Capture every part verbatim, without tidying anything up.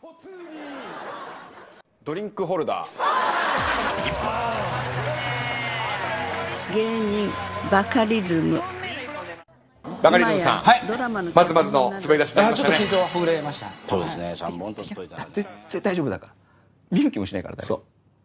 ドリンクホルダー。 芸人バカリズム。 バカリズムさん、はい、まずまずの滑り出しになりましたね。 ちょっと緊張ほぐれました。 そうですね、さんぼん取っといたら絶対大丈夫だから。見向きもしないからだよ。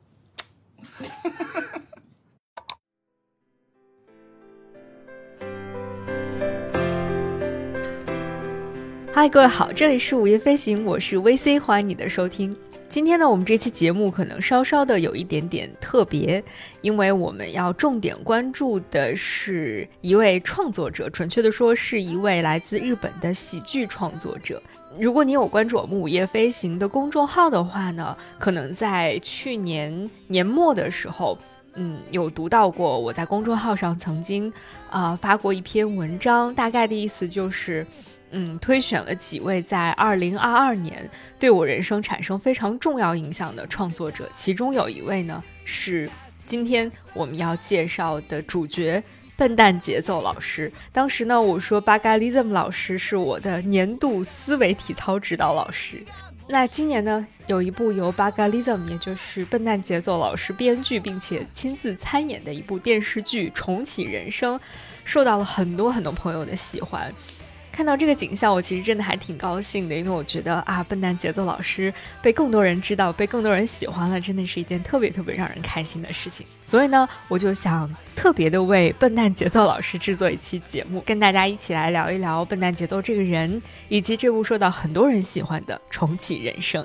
嗨，各位好，这里是午夜飞行，我是 V C， 欢迎你的收听。今天呢，我们这期节目可能稍稍的有一点点特别，因为我们要重点关注的是一位创作者，准确的说是一位来自日本的喜剧创作者。如果你有关注我们午夜飞行的公众号的话呢，可能在去年年末的时候嗯，有读到过我在公众号上曾经啊、呃、发过一篇文章，大概的意思就是嗯，推选了几位在二零二二年对我人生产生非常重要影响的创作者，其中有一位呢是今天我们要介绍的主角笨蛋节奏老师。当时呢我说 Bagalism 老师是我的年度思维体操指导老师。那今年呢有一部由 Bagalism 也就是笨蛋节奏老师编剧并且亲自参演的一部电视剧《重启人生》，受到了很多很多朋友的喜欢。看到这个景象我其实真的还挺高兴的，因为我觉得啊，笨蛋节奏老师被更多人知道，被更多人喜欢了，真的是一件特别特别让人开心的事情。所以呢我就想特别的为笨蛋节奏老师制作一期节目，跟大家一起来聊一聊笨蛋节奏这个人，以及这部受到很多人喜欢的重启人生。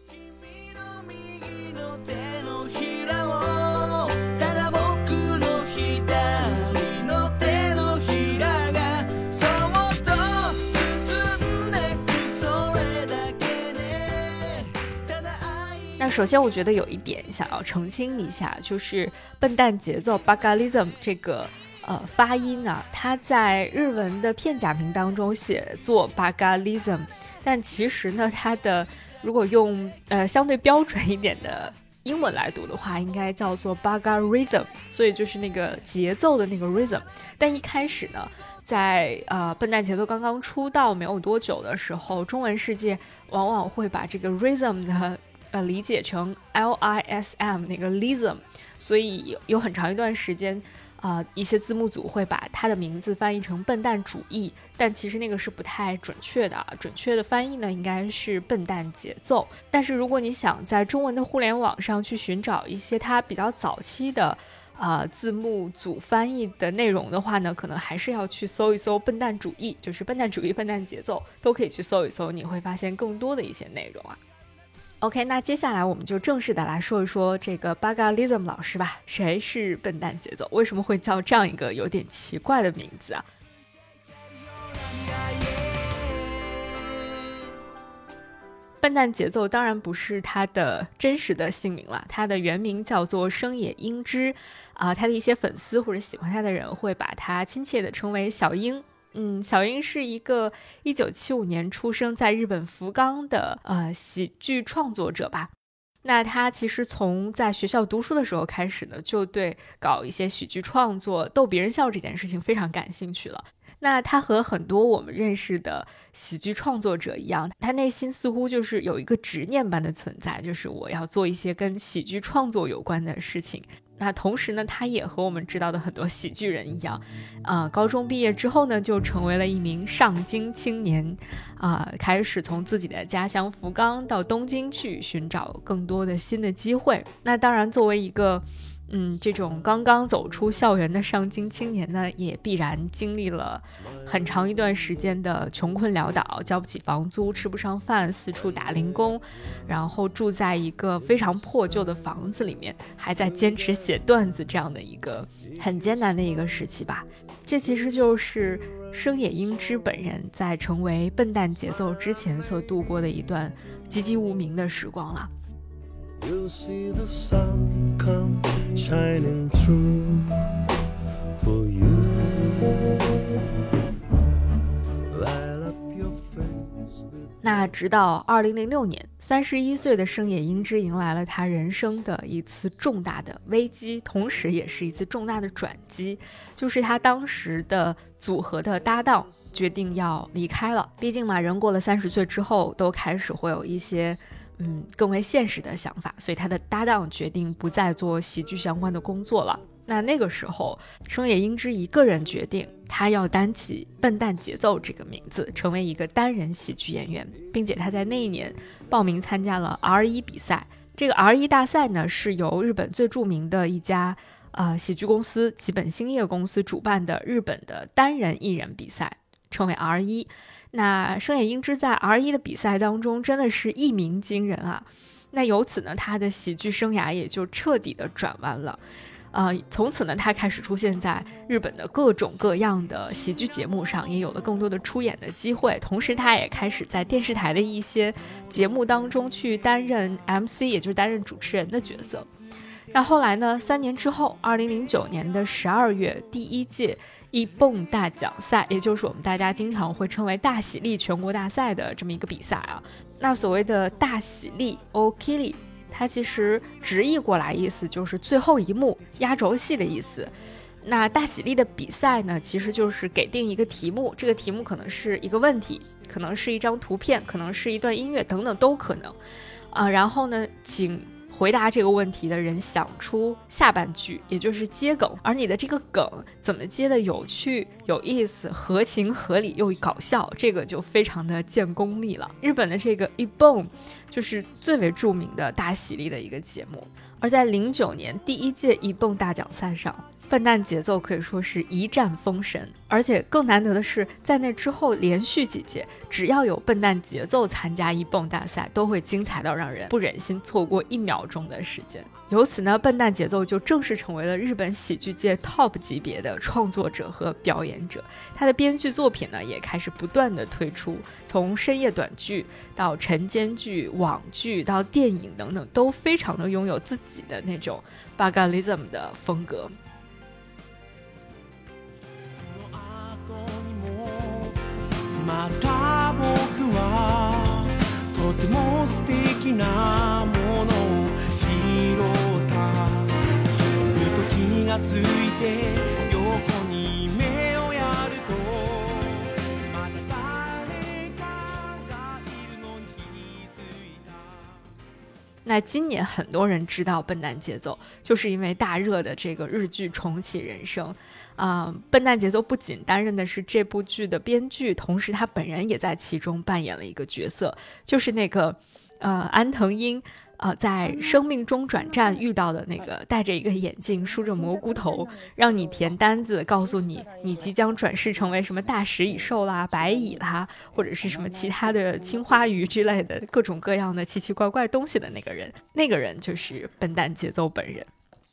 首先我觉得有一点想要澄清一下，就是笨蛋节奏 Bagalism 这个呃发音啊，它在日文的片假名当中写作 Bagalism， 但其实呢它的如果用呃相对标准一点的英文来读的话应该叫做 Bagarism， 所以就是那个节奏的那个 rhythm。 但一开始呢在呃笨蛋节奏刚刚出道没有多久的时候，中文世界往往会把这个 rhythm 的呃，理解成 L I S M 那个 lism， 所以有很长一段时间啊、呃，一些字幕组会把它的名字翻译成笨蛋主义，但其实那个是不太准确的，准确的翻译呢应该是笨蛋节奏。但是如果你想在中文的互联网上去寻找一些它比较早期的呃，字幕组翻译的内容的话呢，可能还是要去搜一搜笨蛋主义，就是笨蛋主义、笨蛋节奏都可以去搜一搜，你会发现更多的一些内容啊。OK， 那接下来我们就正式的来说一说这个 Bagalism 老师吧。谁是笨蛋节奏？为什么会叫这样一个有点奇怪的名字啊？笨蛋节奏当然不是他的真实的姓名了，他的原名叫做生野英之啊、呃，他的一些粉丝或者喜欢他的人会把他亲切的称为小英。嗯，小英是一个一九七五年出生在日本福冈的呃喜剧创作者吧。那他其实从在学校读书的时候开始呢，就对搞一些喜剧创作、逗别人笑这件事情非常感兴趣了。那他和很多我们认识的喜剧创作者一样，他内心似乎就是有一个执念般的存在，就是我要做一些跟喜剧创作有关的事情。那同时呢，他也和我们知道的很多喜剧人一样，啊、呃，高中毕业之后呢，就成为了一名上京青年，啊、呃，开始从自己的家乡福冈到东京去寻找更多的新的机会。那当然，作为一个嗯，这种刚刚走出校园的上京青年呢，也必然经历了很长一段时间的穷困潦倒，交不起房租，吃不上饭，四处打零工，然后住在一个非常破旧的房子里面，还在坚持写段子，这样的一个很艰难的一个时期吧。这其实就是生野英之本人在成为笨蛋节奏之前所度过的一段籍籍无名的时光了。You'll see the sun come shining through for you. Light up your face. 那直到二零零六年，三十一岁的生野英之迎来了他人生的一次重大的危机，同时也是一次重大的转机，就是他当时的组合的搭档决定要离开了。毕竟嘛，人过了三十岁之后，都开始会有一些嗯更为现实的想法，所以他的搭档决定不再做喜剧相关的工作了。那那个时候生野英之一个人决定他要担起笨蛋节奏这个名字，成为一个单人喜剧演员，并且他在那一年报名参加了 R 一 比赛。这个 R 一 大赛呢是由日本最著名的一家呃喜剧公司吉本兴业公司主办的日本的单人艺人比赛，称为 R 一。那生野英之在 R 一 的比赛当中真的是一鸣惊人啊，那由此呢他的喜剧生涯也就彻底的转弯了。呃，从此呢，他开始出现在日本的各种各样的喜剧节目上，也有了更多的出演的机会。同时，他也开始在电视台的一些节目当中去担任 M C， 也就是担任主持人的角色。那后来呢，三年之后，二零零九年的十二月，第一届一蹦大奖赛，也就是我们大家经常会称为大喜力全国大赛的这么一个比赛啊。那所谓的大喜力 Okili，它其实直译过来意思就是最后一幕压轴戏的意思。那大喜力的比赛呢，其实就是给定一个题目，这个题目可能是一个问题，可能是一张图片，可能是一段音乐等等都可能啊、呃。然后呢，请回答这个问题的人想出下半句，也就是接梗，而你的这个梗怎么接的有趣、有意思、合情合理又搞笑，这个就非常的见功力了。日本的这个一蹦就是最为著名的大喜力的一个节目，而在零九年第一届一蹦大奖赛上，笨蛋节奏可以说是一战封神，而且更难得的是，在那之后连续几届，只要有笨蛋节奏参加一蹦大赛，都会精彩到让人不忍心错过一秒钟的时间。由此呢，笨蛋节奏就正式成为了日本喜剧界 top 级别的创作者和表演者。他的编剧作品呢，也开始不断的推出，从深夜短剧到晨间剧、网剧到电影等等，都非常的拥有自己的那种 Bugalism 的风格。 また僕はとても素敵なものを拾ったふと気がついて横に目をやるとまだ誰かがいるのに気づいた。 那今年很多人知道笨蛋节奏，就是因为大热的这个日剧重启人生啊、呃，笨蛋节奏不仅担任的是这部剧的编剧，同时他本人也在其中扮演了一个角色，就是那个呃安藤樱呃在生命中转站遇到的那个戴着一个眼镜梳着蘑菇头让你填单子告诉你你即将转世成为什么大食蚁兽啦、白蚁啦，或者是什么其他的青花鱼之类的各种各样的奇奇怪怪东西的那个人，那个人就是笨蛋节奏本人。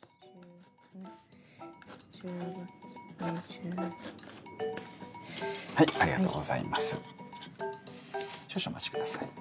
はい、ありがとうございます。少々お待ちください。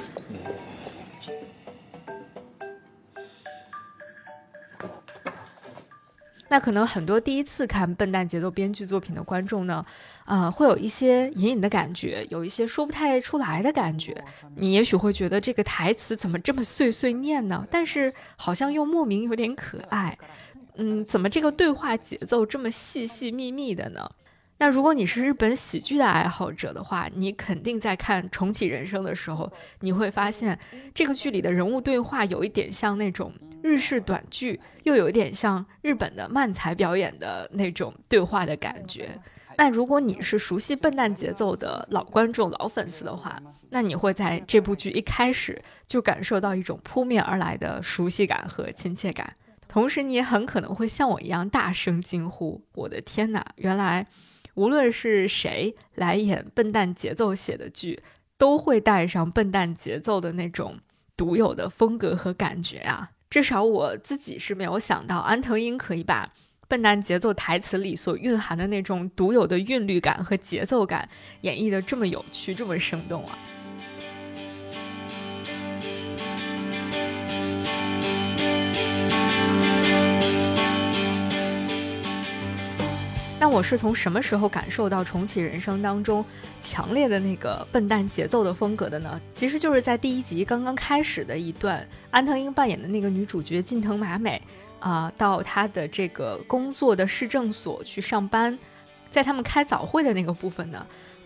那可能很多第一次看笨蛋节奏编剧作品的观众呢，呃，会有一些隐隐的感觉，有一些说不太出来的感觉。你也许会觉得这个台词怎么这么碎碎念呢？但是好像又莫名有点可爱。嗯，怎么这个对话节奏这么细细密密的呢？那如果你是日本喜剧的爱好者的话，你肯定在看《重启人生》的时候，你会发现这个剧里的人物对话有一点像那种日式短剧，又有一点像日本的漫才表演的那种对话的感觉。那如果你是熟悉笨蛋节奏的老观众、老粉丝的话，那你会在这部剧一开始就感受到一种扑面而来的熟悉感和亲切感。同时你也很可能会像我一样大声惊呼，我的天哪，原来无论是谁来演笨蛋节奏写的剧，都会带上笨蛋节奏的那种独有的风格和感觉啊。至少我自己是没有想到安藤樱可以把笨蛋节奏台词里所蕴含的那种独有的韵律感和节奏感演绎得这么有趣，这么生动啊。那我是从什么时候感受到重启人生当中强烈的那个笨蛋节奏的风格的呢？其实就是在第一集刚刚开始的一段，安藤樱扮演的那个女主角近藤麻美啊、呃，到她的这个工作的市政所去上班，在他们开早会的那个部分呢，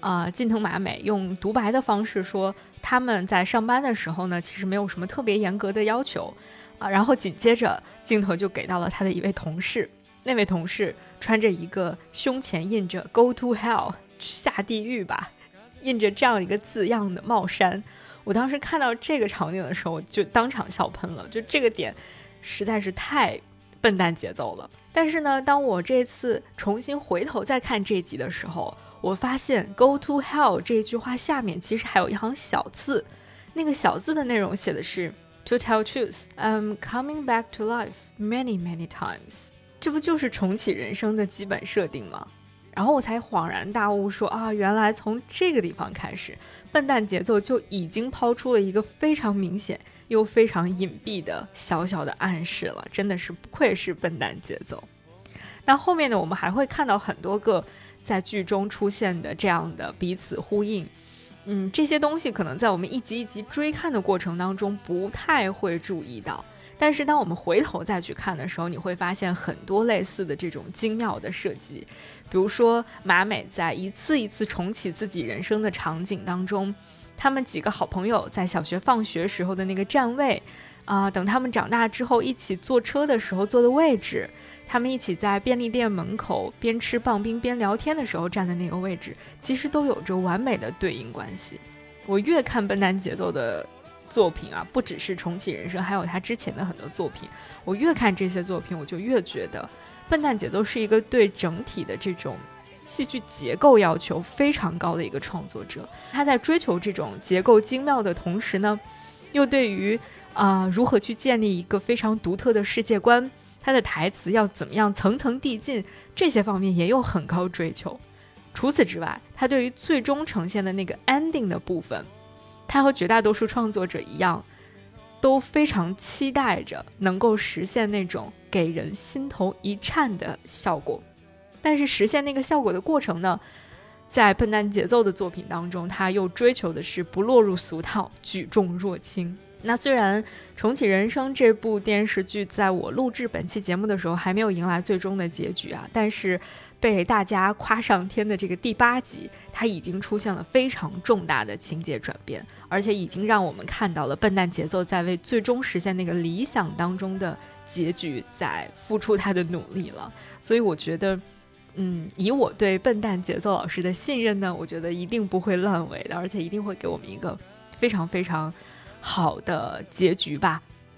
呃，近藤麻美用独白的方式说，他们在上班的时候呢，其实没有什么特别严格的要求啊。然后紧接着镜头就给到了他的一位同事，那位同事穿着一个胸前印着 Go to hell 下地狱吧，印着这样一个字样的帽衫。我当时看到这个场景的时候，我就当场笑喷了，就这个点实在是太笨蛋节奏了。但是呢，当我这次重新回头再看这集的时候，我发现 Go to hell 这句话下面其实还有一行小字，那个小字的内容写的是 To tell truth, I'm coming back to life many many times。 这不就是重启人生的基本设定吗？然后我才恍然大悟说啊，原来从这个地方开始，笨蛋节奏就已经抛出了一个非常明显又非常隐蔽的小小的暗示了，真的是不愧是笨蛋节奏。那后面呢，我们还会看到很多个在剧中出现的这样的彼此呼应，嗯，这些东西可能在我们一集一集追看的过程当中不太会注意到，但是当我们回头再去看的时候，你会发现很多类似的这种精妙的设计。比如说麻美在一次一次重启自己人生的场景当中，他们几个好朋友在小学放学时候的那个站位啊、呃，等他们长大之后一起坐车的时候坐的位置，他们一起在便利店门口边吃棒冰边聊天的时候站的那个位置，其实都有着完美的对应关系。我越看笨蛋节奏的作品啊，不只是重启人生，还有他之前的很多作品，我越看这些作品，我就越觉得笨蛋节奏是一个对整体的这种戏剧结构要求非常高的一个创作者。他在追求这种结构精妙的同时呢，又对于啊、呃、如何去建立一个非常独特的世界观，他的台词要怎么样层层递进，这些方面也有很高追求。除此之外，他对于最终呈现的那个 ending 的部分，他和绝大多数创作者一样，都非常期待着能够实现那种给人心头一颤的效果。但是实现那个效果的过程呢，在笨蛋节奏的作品当中，他又追求的是不落入俗套，举重若轻。那虽然重启人生这部电视剧在我录制本期节目的时候还没有迎来最终的结局啊，但是被大家夸上天的这个第八集，它已经出现了非常重大的情节转变，而且已经让我们看到了笨蛋节奏在为最终实现那个理想当中的结局在付出他的努力了。所以我觉得嗯，以我对笨蛋节奏老师的信任呢，我觉得一定不会烂尾的，而且一定会给我们一个非常非常好的结局吧。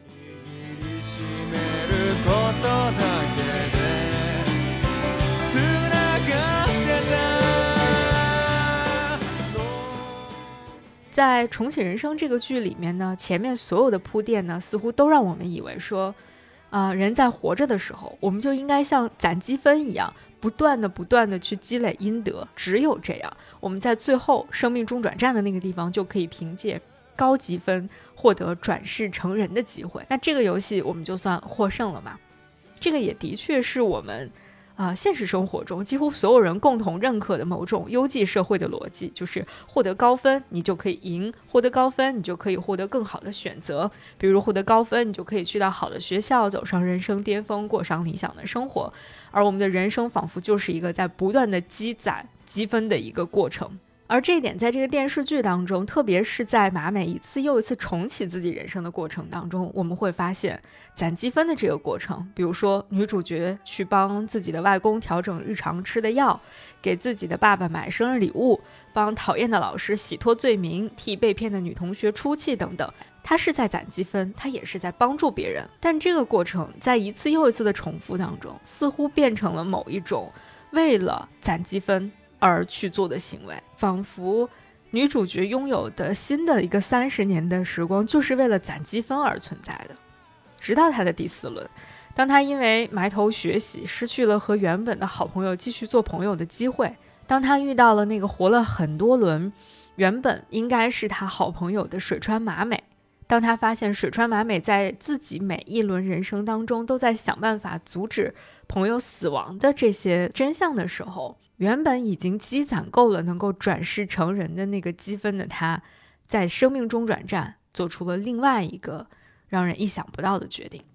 在重启人生这个剧里面呢，前面所有的铺垫呢，似乎都让我们以为说啊、呃，人在活着的时候，我们就应该像攒积分一样，不断的不断的去积累阴德，只有这样，我们在最后生命中转站的那个地方，就可以凭借高积分获得转世成人的机会。那这个游戏我们就算获胜了嘛？这个也的确是我们啊、呃，现实生活中几乎所有人共同认可的某种优绩社会的逻辑，就是获得高分你就可以赢，获得高分你就可以获得更好的选择，比如获得高分你就可以去到好的学校，走上人生巅峰，过上理想的生活。而我们的人生仿佛就是一个在不断的积攒积分的一个过程。而这一点在这个电视剧当中，特别是在麻美一次又一次重启自己人生的过程当中，我们会发现攒积分的这个过程，比如说女主角去帮自己的外公调整日常吃的药，给自己的爸爸买生日礼物，帮讨厌的老师洗脱罪名，替被骗的女同学出气等等，她是在攒积分，她也是在帮助别人。但这个过程在一次又一次的重复当中，似乎变成了某一种为了攒积分而去做的行为，仿佛女主角拥有的新的一个三十年的时光就是为了攒积分而存在的。直到她的第四轮，当她因为埋头学习失去了和原本的好朋友继续做朋友的机会，当她遇到了那个活了很多轮原本应该是她好朋友的水川麻美，当她发现水川麻美在自己每一轮人生当中都在想办法阻止朋友死亡的这些真相的时候，原本已经积攒够了能够转世成人的那个积分的她，在生命中转站做出了另外一个让人意想不到的决定。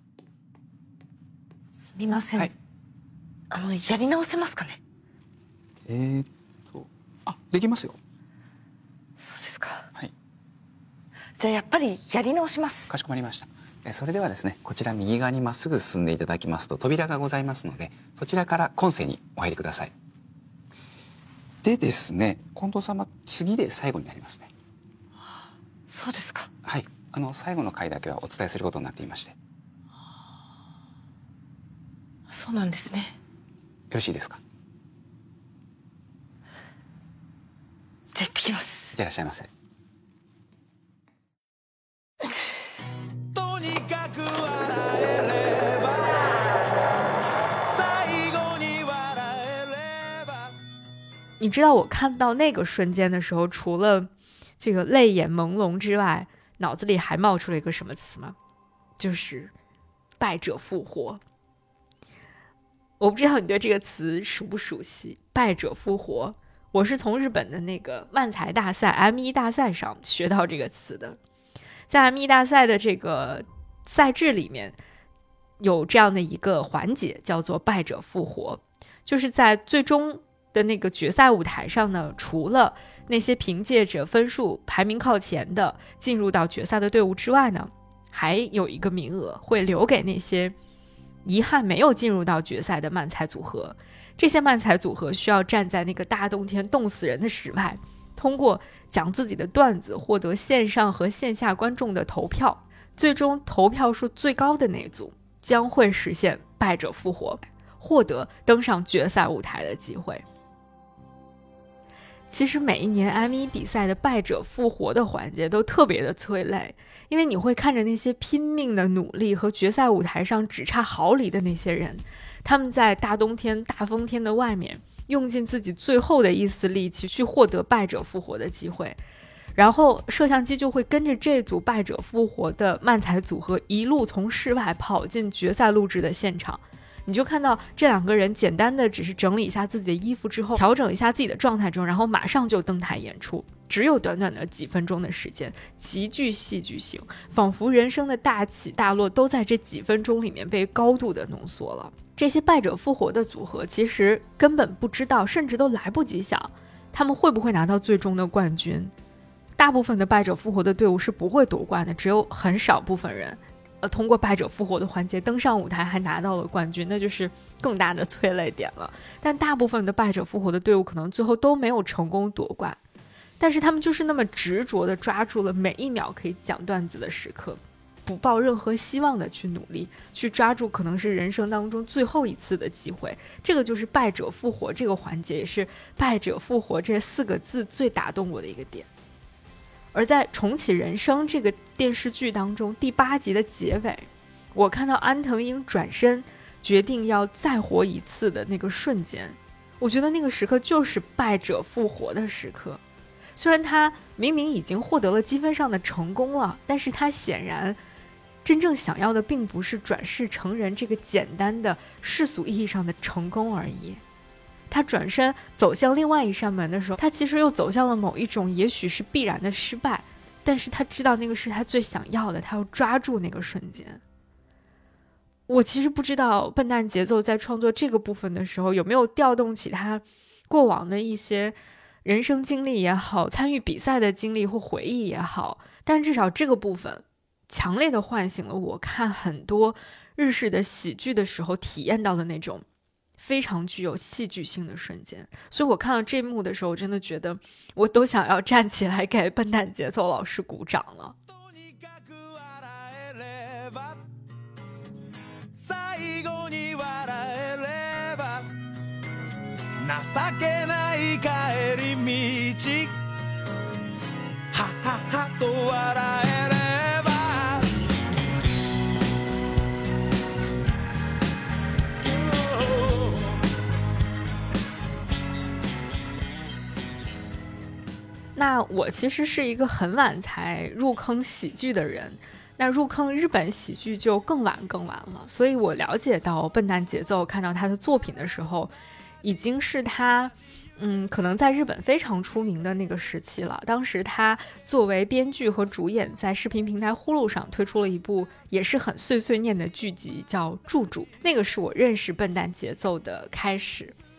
すみません、はい、あのやり直せますかね。 えーっとあ、できますよ。 そうですか。 はい。 じゃあやっぱりやり直します。 かしこまりました。それではですね、こちら右側にまっすぐ進んでいただきますと扉がございますので、そちらから今世にお入りください。でですね、近藤様、次で最後になりますね。 そうですか。 はい、あの最後の回だけはお伝えすることになっていまして。よそうなんですね。 ろしいですか。 じゃあ行ってきます。 いってらっしゃいませ。 とにかく笑えれば最後に笑えれば。 你知道我看到那个瞬间的时候，除了这个泪眼朦胧之外，脑子里还冒出了一个什么词吗？就是败者复活。我不知道你对这个词熟不熟悉，败者复活。我是从日本的那个漫才大赛 M 一 大赛上学到这个词的。在 M 一 大赛的这个赛制里面，有这样的一个环节，叫做败者复活，就是在最终的那个决赛舞台上呢，除了那些凭借着分数排名靠前的进入到决赛的队伍之外呢，还有一个名额会留给那些遗憾没有进入到决赛的漫才组合。这些漫才组合需要站在那个大冬天冻死人的室外，通过讲自己的段子获得线上和线下观众的投票，最终投票数最高的那组将会实现败者复活，获得登上决赛舞台的机会。其实每一年 M 一 比赛的败者复活的环节都特别的催泪，因为你会看着那些拼命的努力和决赛舞台上只差毫厘的那些人，他们在大冬天大风天的外面用尽自己最后的一丝力气去获得败者复活的机会，然后摄像机就会跟着这组败者复活的漫才组合一路从室外跑进决赛录制的现场。你就看到这两个人简单的只是整理一下自己的衣服之后，调整一下自己的状态中，然后马上就登台演出，只有短短的几分钟的时间，极具戏剧性，仿佛人生的大起大落都在这几分钟里面被高度的浓缩了。这些败者复活的组合其实根本不知道，甚至都来不及想他们会不会拿到最终的冠军。大部分的败者复活的队伍是不会夺冠的，只有很少部分人呃，通过败者复活的环节登上舞台还拿到了冠军，那就是更大的催泪点了。但大部分的败者复活的队伍可能最后都没有成功夺冠，但是他们就是那么执着地抓住了每一秒可以讲段子的时刻，不抱任何希望的去努力，去抓住可能是人生当中最后一次的机会。这个就是败者复活这个环节，也是败者复活这四个字最打动我的一个点。而在重启人生这个电视剧当中，第八集的结尾，我看到安藤樱转身决定要再活一次的那个瞬间，我觉得那个时刻就是败者复活的时刻。虽然他明明已经获得了积分上的成功了，但是他显然真正想要的并不是转世成人这个简单的世俗意义上的成功而已。他转身走向另外一扇门的时候，他其实又走向了某一种也许是必然的失败，但是他知道那个是他最想要的，他要抓住那个瞬间。我其实不知道笨蛋节奏在创作这个部分的时候有没有调动起他过往的一些人生经历也好，参与比赛的经历或回忆也好，但至少这个部分强烈的唤醒了我看很多日式的喜剧的时候体验到的那种非常具有戏剧性的瞬间。所以我看到这一幕的时候，我真的觉得我都想要站起来给笨蛋节奏老师鼓掌了。 情けない帰り道はははと笑えれば那我其实是一个很晚才入坑喜剧的人，那入坑日本喜剧就更晚更晚了，所以我了解到笨蛋节奏看到他的作品的时候已经是他嗯，可能在日本非常出名的那个时期了。当时他作为编剧和主演在视频平台呼噜上推出了一部也是很碎碎念的剧集叫《柱柱》，那个是我认识笨蛋节奏的开始。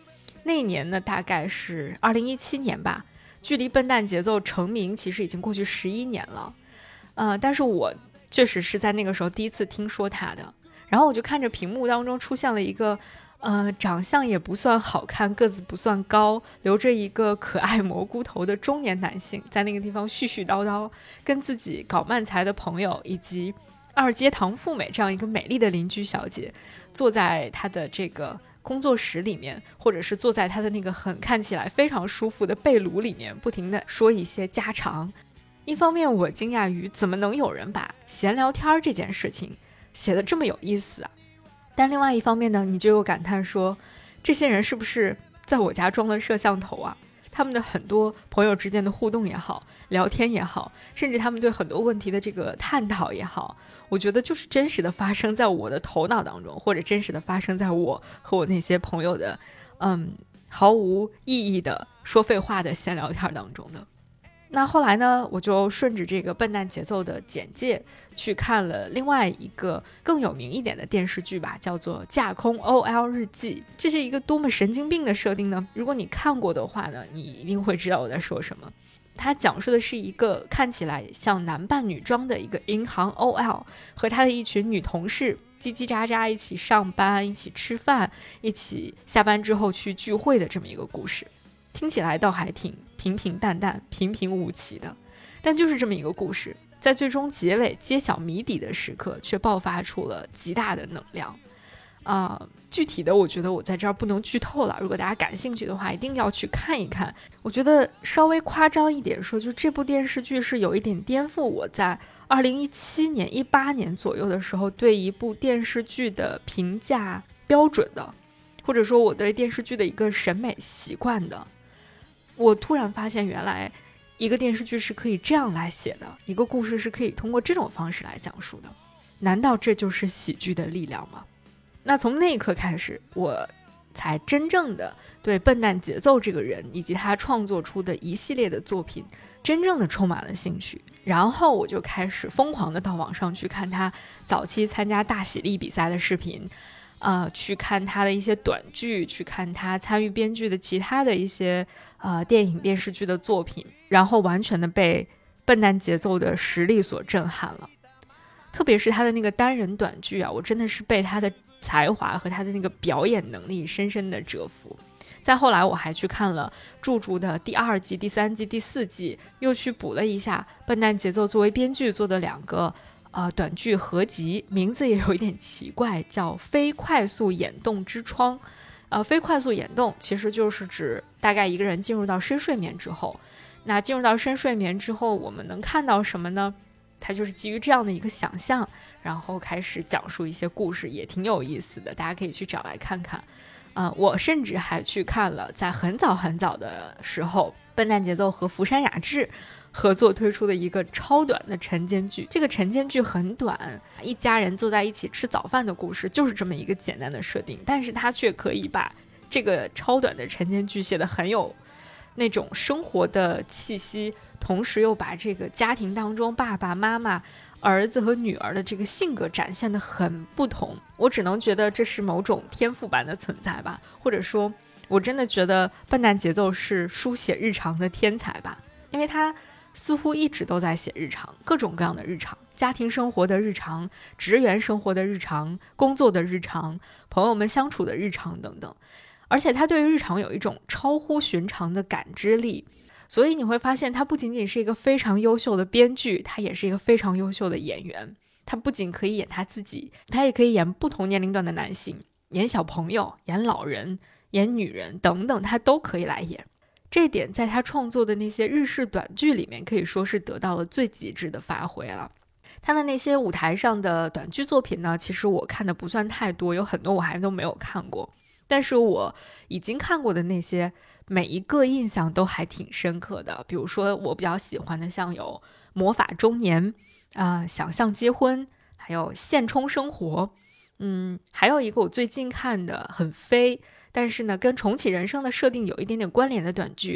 那一年呢，大概是二零一七年吧，距离笨蛋节奏成名其实已经过去十一年了。呃，但是我确实是在那个时候第一次听说他的，然后我就看着屏幕当中出现了一个呃，长相也不算好看，个子不算高，留着一个可爱蘑菇头的中年男性，在那个地方絮絮叨叨，跟自己搞漫才的朋友以及二阶堂富美这样一个美丽的邻居小姐，坐在他的这个工作室里面，或者是坐在他的那个很看起来非常舒服的被炉里面，不停地说一些家常。一方面我惊讶于怎么能有人把闲聊天这件事情写得这么有意思啊，但另外一方面呢，你就有感叹说，这些人是不是在我家装了摄像头啊？他们的很多朋友之间的互动也好，聊天也好，甚至他们对很多问题的这个探讨也好，我觉得就是真实的发生在我的头脑当中，或者真实的发生在我和我那些朋友的嗯毫无意义的说废话的闲聊天当中的。那后来呢，我就顺着这个笨蛋节奏的简介去看了另外一个更有名一点的电视剧吧，叫做《架空 O L 日记》。这是一个多么神经病的设定呢？如果你看过的话呢，你一定会知道我在说什么。它讲述的是一个看起来像男扮女装的一个银行 O L 和他的一群女同事叽叽喳喳一起上班，一起吃饭，一起下班之后去聚会的这么一个故事。听起来倒还挺平平淡淡平平无奇的，但就是这么一个故事，在最终结尾揭晓谜底的时刻却爆发出了极大的能量啊、呃！具体的我觉得我在这儿不能剧透了，如果大家感兴趣的话一定要去看一看。我觉得稍微夸张一点说，就这部电视剧是有一点颠覆我在二零一七年一八年左右的时候对一部电视剧的评价标准的，或者说我对电视剧的一个审美习惯的。我突然发现原来一个电视剧是可以这样来写的，一个故事是可以通过这种方式来讲述的，难道这就是喜剧的力量吗？那从那一刻开始，我才真正的对笨蛋节奏这个人以及他创作出的一系列的作品真正的充满了兴趣，然后我就开始疯狂的到网上去看他早期参加大喜力比赛的视频，呃，去看他的一些短剧，去看他参与编剧的其他的一些呃电影电视剧的作品，然后完全的被笨蛋节奏的实力所震撼了。特别是他的那个单人短剧啊，我真的是被他的才华和他的那个表演能力深深的折服。再后来我还去看了柱柱的第二季、第三季、第四季，又去补了一下笨蛋节奏作为编剧做的两个呃，短剧合集，名字也有一点奇怪，叫非快速眼动之窗。呃，非快速眼动其实就是指大概一个人进入到深睡眠之后，那进入到深睡眠之后我们能看到什么呢？它就是基于这样的一个想象，然后开始讲述一些故事，也挺有意思的，大家可以去找来看看。呃，我甚至还去看了在很早很早的时候笨蛋节奏和福山雅治合作推出的一个超短的晨间剧。这个晨间剧很短，一家人坐在一起吃早饭的故事，就是这么一个简单的设定，但是他却可以把这个超短的晨间剧写得很有那种生活的气息，同时又把这个家庭当中爸爸妈妈儿子和女儿的这个性格展现得很不同。我只能觉得这是某种天赋般的存在吧，或者说我真的觉得笨蛋节奏是书写日常的天才吧，因为他似乎一直都在写日常，各种各样的日常，家庭生活的日常，职员生活的日常，工作的日常，朋友们相处的日常等等。而且他对于日常有一种超乎寻常的感知力，所以你会发现他不仅仅是一个非常优秀的编剧，他也是一个非常优秀的演员。他不仅可以演他自己，他也可以演不同年龄段的男性，演小朋友，演老人，演女人等等，他都可以来演。这点在他创作的那些日式短剧里面可以说是得到了最极致的发挥了。他的那些舞台上的短剧作品呢，其实我看的不算太多，有很多我还都没有看过，但是我已经看过的那些每一个印象都还挺深刻的。比如说我比较喜欢的像有魔法中年、呃、想象结婚，还有现充生活，嗯，还有一个我最近看的很飞，但是呢跟重启人生的设定有一点点关联的短剧，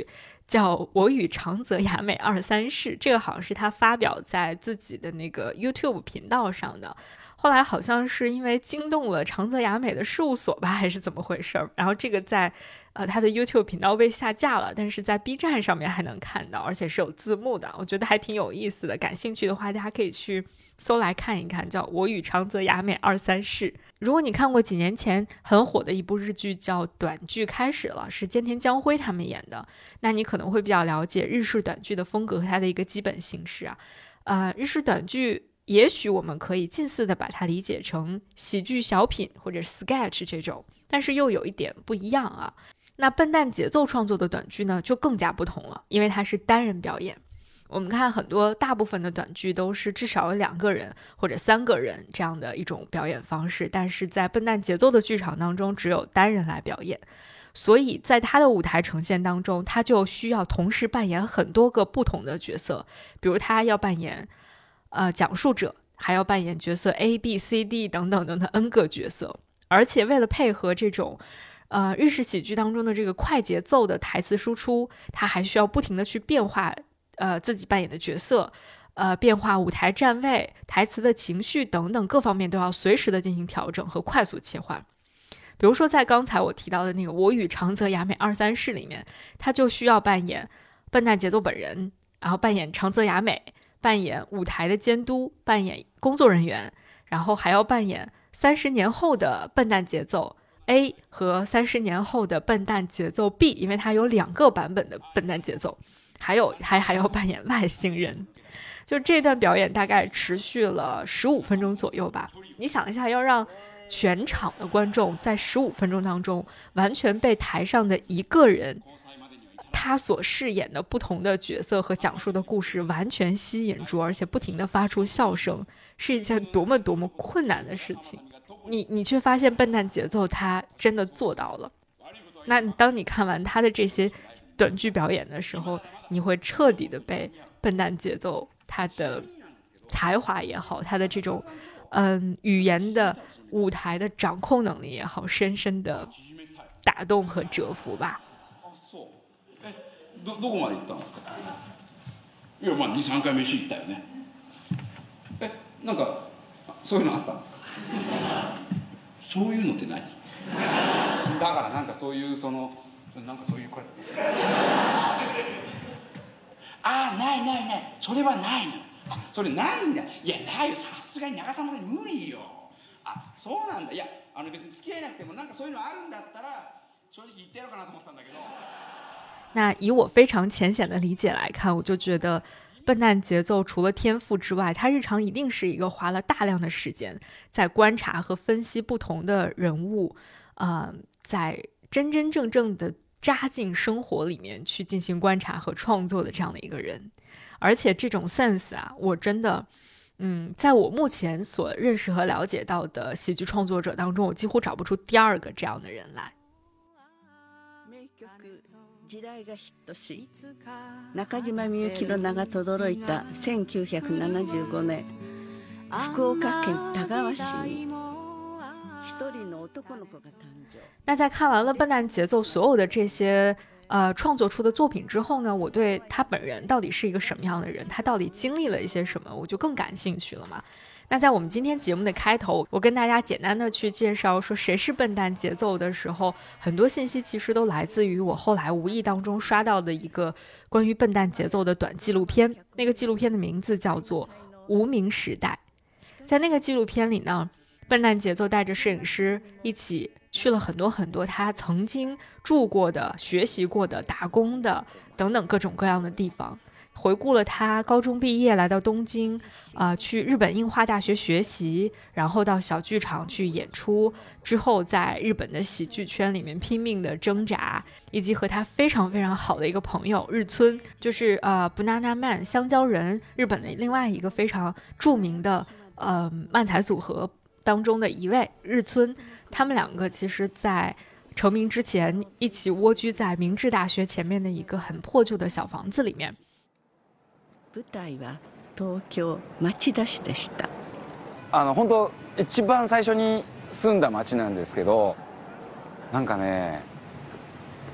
叫《我与长泽雅美二三事》，这个好像是他发表在自己的那个 YouTube 频道上的。后来好像是因为惊动了长泽雅美的事务所吧，还是怎么回事？然后这个在呃他的 YouTube 频道被下架了，但是在 B 站上面还能看到，而且是有字幕的，我觉得还挺有意思的。感兴趣的话，大家可以去搜来看一看，叫《我与长泽雅美二三事》。如果你看过几年前很火的一部日剧叫《短剧开始了》，是菅田将晖他们演的，那你可能会比较了解日式短剧的风格和它的一个基本形式啊。呃，日式短剧也许我们可以近似的把它理解成喜剧小品或者 sketch 这种，但是又有一点不一样啊。那笨蛋节奏创作的短剧呢，就更加不同了，因为它是单人表演。我们看很多大部分的短剧都是至少有两个人或者三个人这样的一种表演方式，但是在笨蛋节奏的剧场当中只有单人来表演，所以在他的舞台呈现当中，他就需要同时扮演很多个不同的角色，比如他要扮演呃讲述者，还要扮演角色 A B C D 等等等等 N 个角色，而且为了配合这种呃日式喜剧当中的这个快节奏的台词输出，他还需要不停的去变化呃，自己扮演的角色，呃，变化舞台站位、台词的情绪等等各方面都要随时的进行调整和快速切换。比如说在刚才我提到的那个《我与长泽雅美二三事》里面，他就需要扮演笨蛋节奏本人，然后扮演长泽雅美，扮演舞台的监督，扮演工作人员，然后还要扮演三十年后的笨蛋节奏 A 和三十年后的笨蛋节奏 B， 因为它有两个版本的笨蛋节奏。还有还还要扮演外星人，就这段表演大概持续了十五分钟左右吧。你想一下，要让全场的观众在十五分钟当中完全被台上的一个人他所饰演的不同的角色和讲述的故事完全吸引住，而且不停地发出笑声，是一件多么多么困难的事情。你你却发现笨蛋节奏他真的做到了。那当你看完他的这些短剧表演的时候，你会彻底的被笨蛋节奏他的才华也好，他的这种嗯语言的舞台的掌控能力也好，深深的打动和折服吧。 どどこまで行ったんですか？いやまあ二三回飯行ったよね。えなんかそういうのあったんですか？そういうのって何？だからなんかそういうそのなんかそういうこれ。ああないないないそれはないの。あそれないんだ。いやないよさすがに長澤まで無理よ。あそうなんだ。いやあの別に付き合えなくてもなんかそういうのあるんだったら正直言ってやろうかなと思ったんだけど。 那以我非常浅显的理解来看，我就觉得笨蛋节奏除了天赋之外，他日常一定是一个花了大量的时间在观察和分析不同的人物，呃，在真真正正的扎进生活里面去进行观察和创作的这样的一个人。而且这种 sense 啊，我真的嗯，在我目前所認識和了解到的喜劇創作者當中，我幾乎找不出第二個這樣的人來。 時代がヒットし、中島みゆきの名が轟いたせんきゅうひゃくななじゅうごねん、福岡県田川市に一人の男の子が誕生。 那在看完了笨蛋节奏所有的这些呃创作出的作品之后呢，我对他本人到底是一个什么样的人，他到底经历了一些什么，我就更感兴趣了嘛。那在我们今天节目的开头，我跟大家简单的去介绍说谁是笨蛋节奏的时候，很多信息其实都来自于我后来无意当中刷到的一个关于笨蛋节奏的短纪录片。那个纪录片的名字叫做《无名时代》。在那个纪录片里呢，笨蛋节奏带着摄影师一起去了很多很多他曾经住过的、学习过的、打工的等等各种各样的地方，回顾了他高中毕业来到东京，呃，去日本樱花大学学习，然后到小剧场去演出，之后在日本的喜剧圈里面拼命的挣扎，以及和他非常非常好的一个朋友日村，就是呃 Banana Man 香蕉人，日本的另外一个非常著名的呃漫才组合当中的一位日村，他们两个其实在成名之前一起蜗居在明治大学前面的一个很破旧的小房子里面。 舞台は東京町田市でした。 あの本当一番最初に住んだ町なんですけど、なんかね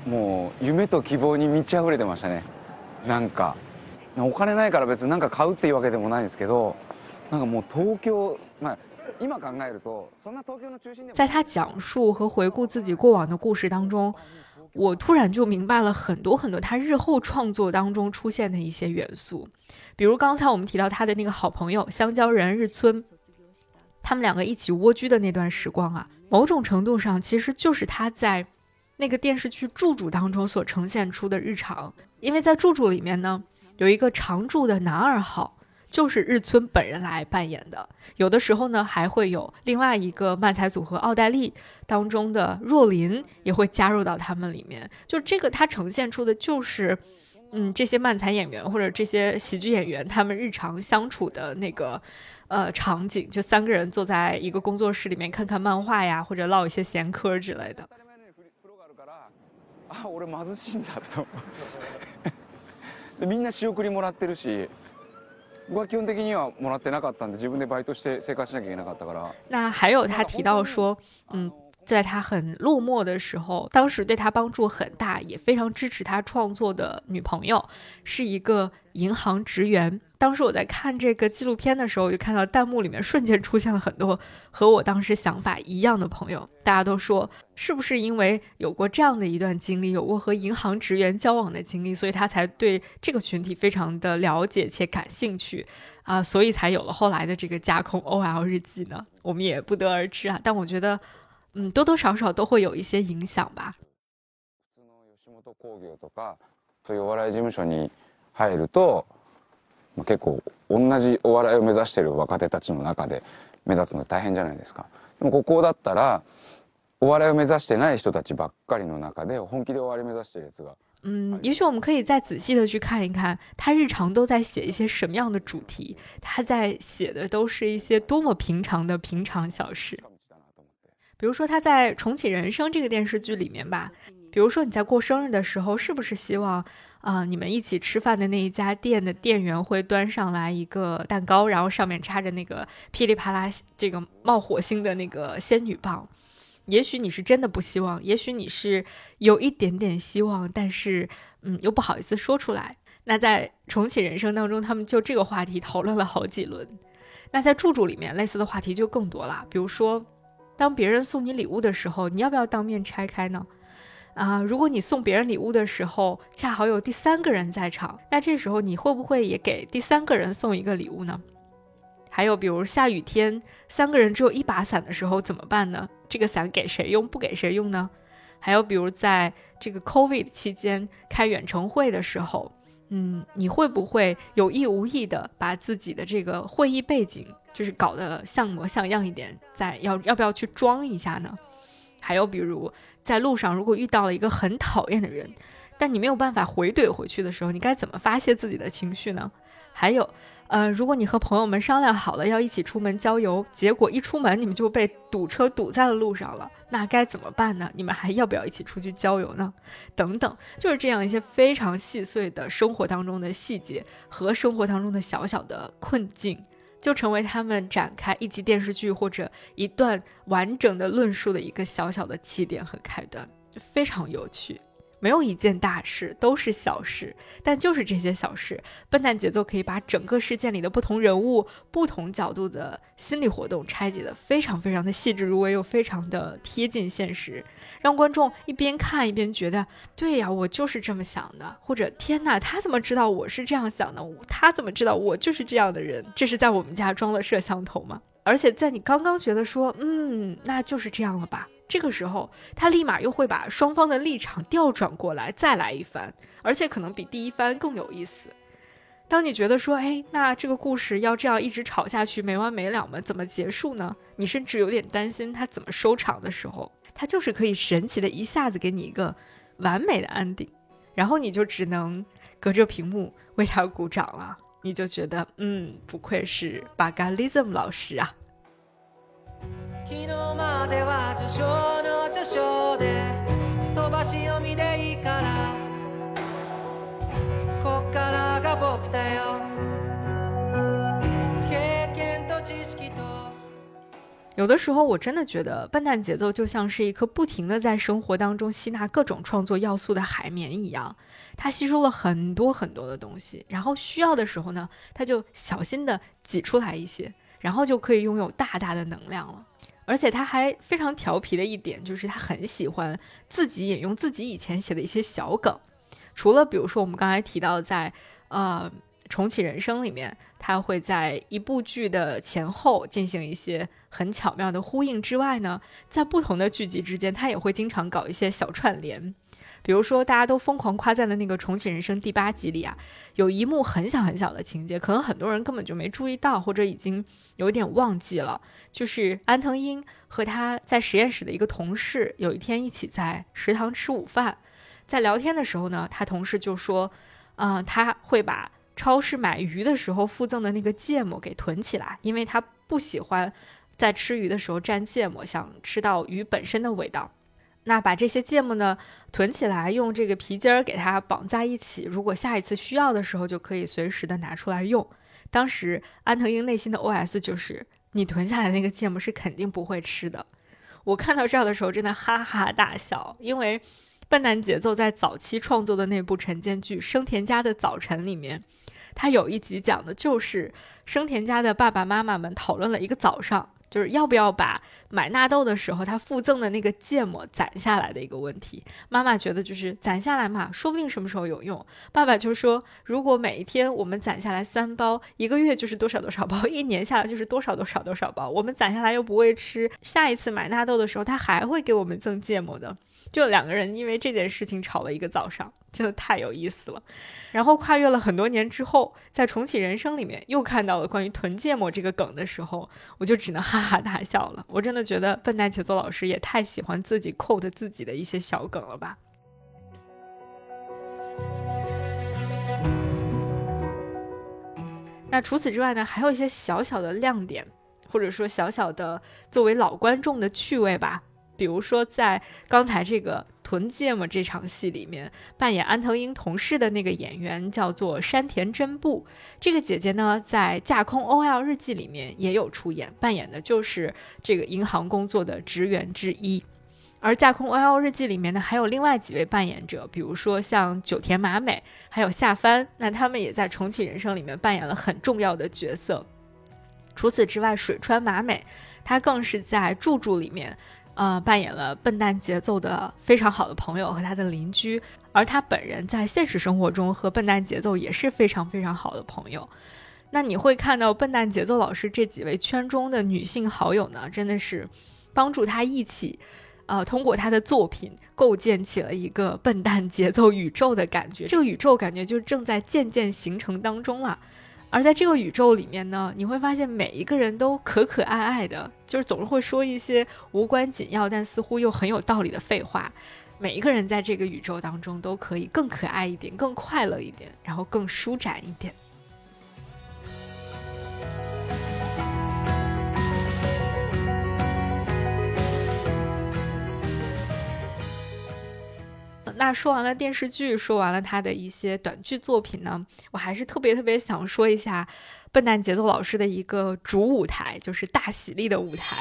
もう夢と希望に満ち溢れてましたね。なんかお金ないから別に何か買うっていうわけでもないんですけど、なんかもう東京、まあ今考えるとそんな東京の中心でも。 在他讲述和回顾自己过往的故事当中，我突然就明白了很多很多他日后创作当中出现的一些元素。比如刚才我们提到他的那个好朋友香蕉人日村，他们两个一起蜗居的那段时光啊，某种程度上其实就是他在那个电视剧住主当中所呈现出的日常。因为在住主里面呢，有一个常驻的男二号就是日村本人来扮演的，有的时候呢还会有另外一个漫才组合奥黛丽当中的若琳也会加入到他们里面。就这个它呈现出的就是嗯，这些漫才演员或者这些喜剧演员他们日常相处的那个呃场景，就三个人坐在一个工作室里面看看漫画呀，或者唠一些闲嗑之类的。 あ、俺貧しいんだとでみんな仕送りもらってるし、僕は基本的にはもらってなかったんで自分でバイトして生活しなきゃいけなかったから。 那还有他提到说，嗯，在他很落寞的时候，当时对他帮助很大也非常支持他创作的女朋友是一个银行职员。当时我在看这个纪录片的时候，就看到弹幕里面瞬间出现了很多和我当时想法一样的朋友，大家都说是不是因为有过这样的一段经历，有过和银行职员交往的经历，所以他才对这个群体非常的了解且感兴趣啊、呃，所以才有了后来的这个架空 O L 日记呢？我们也不得而知啊。但我觉得嗯，多多少少都会有一些影响吧。 吉本興業とかそういうお笑い事務所に入ると、まあ、結構同じお笑いを目指している若手たちの中で目立つの大変じゃないですか。でもここだったらお笑いを目指してない人たちばっかりの中で本気でお笑い目指しているやつが。 嗯，也许我们可以再仔细的去看一看，他日常都在写一些什么样的主题，他在写的都是一些多么平常的平常小事。比如说他在《重启人生》这个电视剧里面吧，比如说你在过生日的时候，是不是希望啊、呃，你们一起吃饭的那一家店的店员会端上来一个蛋糕，然后上面插着那个噼里啪啦这个冒火星的那个仙女棒？也许你是真的不希望，也许你是有一点点希望，但是嗯又不好意思说出来。那在《重启人生》当中，他们就这个话题讨论了好几轮。那在住主里面，类似的话题就更多了，比如说当别人送你礼物的时候，你要不要当面拆开呢？啊、呃，如果你送别人礼物的时候，恰好有第三个人在场，那这时候你会不会也给第三个人送一个礼物呢？还有比如下雨天，三个人只有一把伞的时候怎么办呢？这个伞给谁用，不给谁用呢？还有比如在这个 COVID 期间开远程会的时候，嗯，你会不会有意无意的把自己的这个会议背景就是搞得像模像样一点，再要要不要去装一下呢？还有比如在路上如果遇到了一个很讨厌的人，但你没有办法回怼回去的时候，你该怎么发泄自己的情绪呢？还有呃，如果你和朋友们商量好了要一起出门郊游，结果一出门你们就被堵车堵在了路上了，那该怎么办呢？你们还要不要一起出去郊游呢？等等，就是这样一些非常细碎的生活当中的细节和生活当中的小小的困境，就成为他们展开一集电视剧或者一段完整的论述的一个小小的起点和开端，就非常有趣。没有一件大事，都是小事，但就是这些小事，笨蛋节奏可以把整个事件里的不同人物、不同角度的心理活动拆解得非常非常的细致入微，又非常的贴近现实，让观众一边看一边觉得，对呀，我就是这么想的，或者天哪，他怎么知道我是这样想的？他怎么知道我就是这样的人？这是在我们家装了摄像头吗？而且在你刚刚觉得说，嗯，那就是这样了吧，这个时候他立马又会把双方的立场调转过来再来一番，而且可能比第一番更有意思。当你觉得说，哎，那这个故事要这样一直吵下去没完没了吗？怎么结束呢？你甚至有点担心他怎么收场的时候，他就是可以神奇的一下子给你一个完美的安定，然后你就只能隔着屏幕为他鼓掌了。你就觉得，嗯，不愧是巴嘎利兹姆老师啊。 昨日までは序章の序章で飛ばし読みでいいからこっからが僕だよ経験と知識と。 有的时候我真的觉得笨蛋节奏就像是一颗不停的在生活当中吸纳各种创作要素的海绵一样，它吸收了很多很多的东西，然后需要的时候呢，它就小心的挤出来一些，然后就可以拥有大大的能量了。而且他还非常调皮的一点就是他很喜欢自己引用自己以前写的一些小梗，除了比如说我们刚才提到在呃重启人生里面，他会在一部剧的前后进行一些很巧妙的呼应之外呢，在不同的剧集之间他也会经常搞一些小串联。比如说大家都疯狂夸赞的那个重启人生第八集里啊，有一幕很小很小的情节，可能很多人根本就没注意到，或者已经有点忘记了，就是安藤樱和他在实验室的一个同事有一天一起在食堂吃午饭，在聊天的时候呢，他同事就说呃，他会把超市买鱼的时候附赠的那个芥末给囤起来，因为他不喜欢在吃鱼的时候蘸芥末，想吃到鱼本身的味道。那把这些芥末呢囤起来，用这个皮筋儿给它绑在一起，如果下一次需要的时候就可以随时的拿出来用。当时安藤樱内心的 O S 就是你囤下来那个芥末是肯定不会吃的。我看到这儿的时候真的哈哈大笑，因为笨蛋节奏在早期创作的那部晨间剧《生田家的早晨》里面，他有一集讲的就是生田家的爸爸妈妈们讨论了一个早上，就是要不要把买纳豆的时候他附赠的那个芥末攒下来的一个问题。妈妈觉得就是攒下来嘛，说不定什么时候有用。爸爸就说如果每一天我们攒下来三包，一个月就是多少多少包，一年下来就是多少多少多少包，我们攒下来又不会吃，下一次买纳豆的时候他还会给我们赠芥末的。就两个人因为这件事情吵了一个早上，真的太有意思了。然后跨越了很多年之后，在重启人生里面又看到了关于囤芥末这个梗的时候，我就只能哈哈大笑了。我真的觉得笨蛋节奏老师也太喜欢自己quote自己的一些小梗了吧。那除此之外呢，还有一些小小的亮点，或者说小小的作为老观众的趣味吧。比如说在刚才这个囤芥末这场戏里面，扮演安藤樱同事的那个演员叫做山田真步，这个姐姐呢在架空 O L 日记里面也有出演，扮演的就是这个银行工作的职员之一。而架空 O L 日记里面呢还有另外几位扮演者，比如说像久田麻美还有夏帆，那他们也在重启人生里面扮演了很重要的角色。除此之外，水川麻美她更是在柱柱里面呃，扮演了笨蛋节奏的非常好的朋友和他的邻居，而他本人在现实生活中和笨蛋节奏也是非常非常好的朋友。那你会看到笨蛋节奏老师这几位圈中的女性好友呢，真的是帮助他一起呃，通过他的作品构建起了一个笨蛋节奏宇宙的感觉，这个宇宙感觉就正在渐渐形成当中了。而在这个宇宙里面呢，你会发现每一个人都可可爱爱的，就是总是会说一些无关紧要但似乎又很有道理的废话。每一个人在这个宇宙当中都可以更可爱一点，更快乐一点，然后更舒展一点。那说完了电视剧，说完了他的一些短剧作品呢，我还是特别特别想说一下笨蛋节奏老师的一个主舞台，就是大喜力的舞台。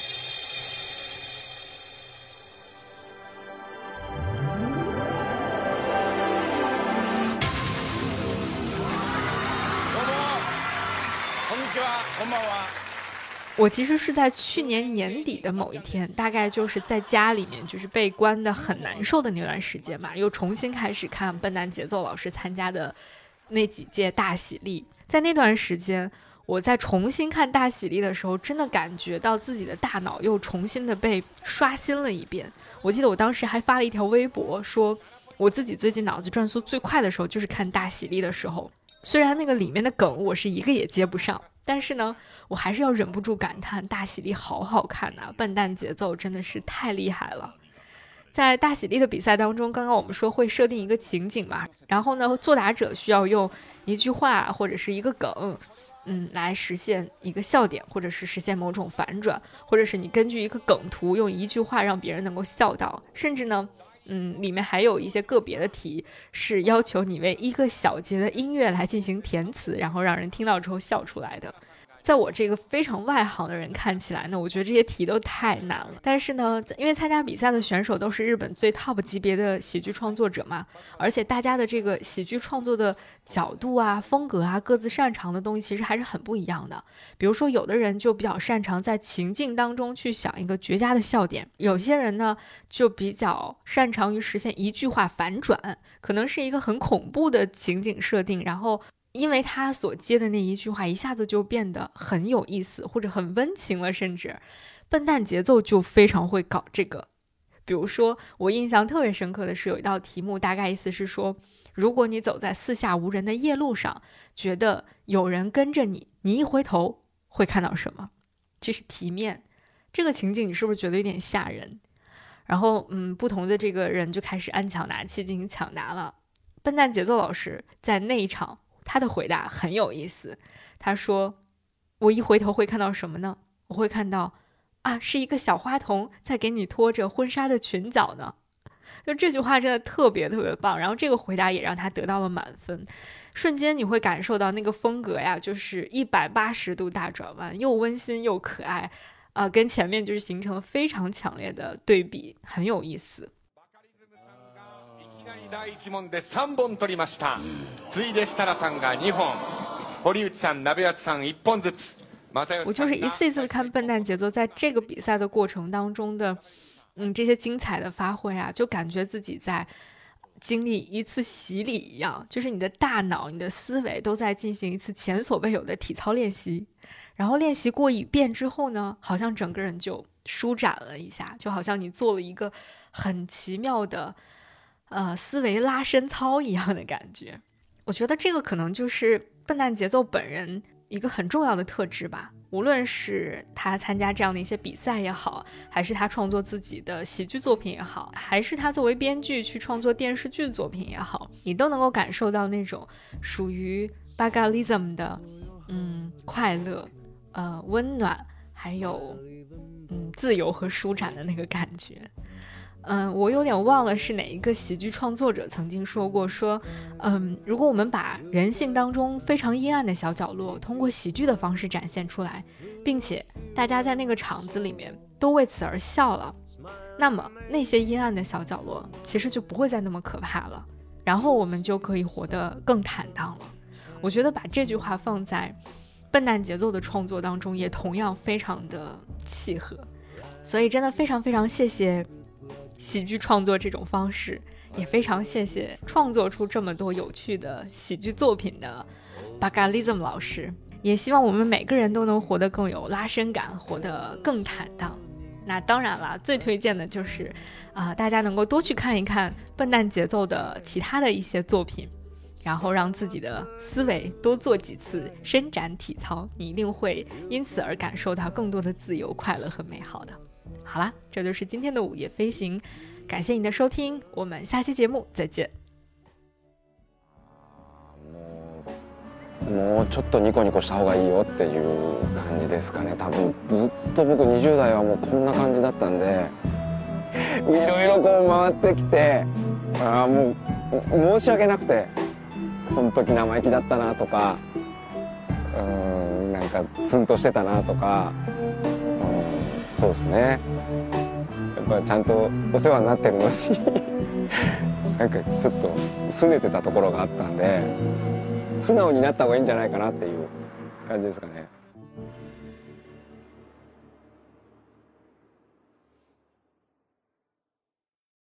我其实是在去年年底的某一天，大概就是在家里面就是被关的很难受的那段时间嘛，又重新开始看笨蛋节奏老师参加的那几届大喜力。在那段时间，我在重新看大喜力的时候，真的感觉到自己的大脑又重新的被刷新了一遍。我记得我当时还发了一条微博，说我自己最近脑子转速最快的时候就是看大喜力的时候，虽然那个里面的梗我是一个也接不上，但是呢我还是要忍不住感叹大喜力好好看啊，笨蛋节奏真的是太厉害了。在大喜力的比赛当中，刚刚我们说会设定一个情景嘛，然后呢作答者需要用一句话或者是一个梗嗯，来实现一个笑点，或者是实现某种反转，或者是你根据一个梗图用一句话让别人能够笑到，甚至呢嗯，里面还有一些个别的题是要求你为一个小节的音乐来进行填词，然后让人听到之后笑出来的。 在我这个非常外行的人看起来呢，我觉得这些题都太难了。但是呢，因为参加比赛的选手都是日本最 top 级别的喜剧创作者嘛，而且大家的这个喜剧创作的角度啊、风格啊、各自擅长的东西其实还是很不一样的。比如说，有的人就比较擅长在情境当中去想一个绝佳的笑点，有些人呢就比较擅长于实现一句话反转，可能是一个很恐怖的情景设定，然后因为他所接的那一句话一下子就变得很有意思，或者很温情了，甚至笨蛋节奏就非常会搞这个。比如说我印象特别深刻的是有一道题目，大概意思是说，如果你走在四下无人的夜路上，觉得有人跟着你，你一回头会看到什么？这是题面，这个情景你是不是觉得有点吓人？然后嗯，不同的这个人就开始按抢答器进行抢答了。笨蛋节奏老师在那一场他的回答很有意思，他说我一回头会看到什么呢？我会看到啊，是一个小花童在给你拖着婚纱的裙角呢。就这句话真的特别特别棒，然后这个回答也让他得到了满分。瞬间你会感受到那个风格呀，就是一百八十度大转弯，又温馨又可爱，呃，跟前面就是形成了非常强烈的对比，很有意思。 第一問でさんぼん取りました。次いで設楽さんがにほん、堀内さん、鍋谷さんいっぽんずつ。 我就是一次一次看笨蛋节奏在这个比赛的过程当中的嗯这些精彩的发挥啊，就感觉自己在经历一次洗礼一样，就是你的大脑、你的思维都在进行一次前所未有的体操练习。然后练习过一遍之后呢，好像整个人就舒展了一下，就好像你做了一个很奇妙的呃，思维拉伸操一样的感觉。我觉得这个可能就是笨蛋节奏本人一个很重要的特质吧。无论是他参加这样的一些比赛也好，还是他创作自己的喜剧作品也好，还是他作为编剧去创作电视剧作品也好，你都能够感受到那种属于 Bagalism 的嗯快乐、呃温暖，还有嗯自由和舒展的那个感觉。嗯，我有点忘了是哪一个喜剧创作者曾经说过，说，嗯，如果我们把人性当中非常阴暗的小角落通过喜剧的方式展现出来，并且大家在那个场子里面都为此而笑了，那么那些阴暗的小角落其实就不会再那么可怕了，然后我们就可以活得更坦荡了。我觉得把这句话放在笨蛋节奏的创作当中也同样非常的契合，所以真的非常非常谢谢喜剧创作这种方式，也非常谢谢创作出这么多有趣的喜剧作品的 Bagalism 老师，也希望我们每个人都能活得更有拉伸感，活得更坦荡。那当然了，最推荐的就是啊、呃，大家能够多去看一看笨蛋节奏的其他的一些作品，然后让自己的思维多做几次伸展体操，你一定会因此而感受到更多的自由、快乐和美好的。好啦，这就是今天的午夜飞行，感谢你的收听，我们下期节目再见。 もうちょっとニコニコした方がいいよっていう感じですかね。多分ずっと僕にじゅう代はもうこんな感じだったんで、いろいろこう回ってきて、あもう申し訳なくて、この時生意気だったなとか、うーんなんかツンとしてたなとか、うんそうですね。やっぱちゃんとお世話になってるのになんかちょっと拗ねてたところがあったんで。素直になった方がいいんじゃないかなっていう感じですかね。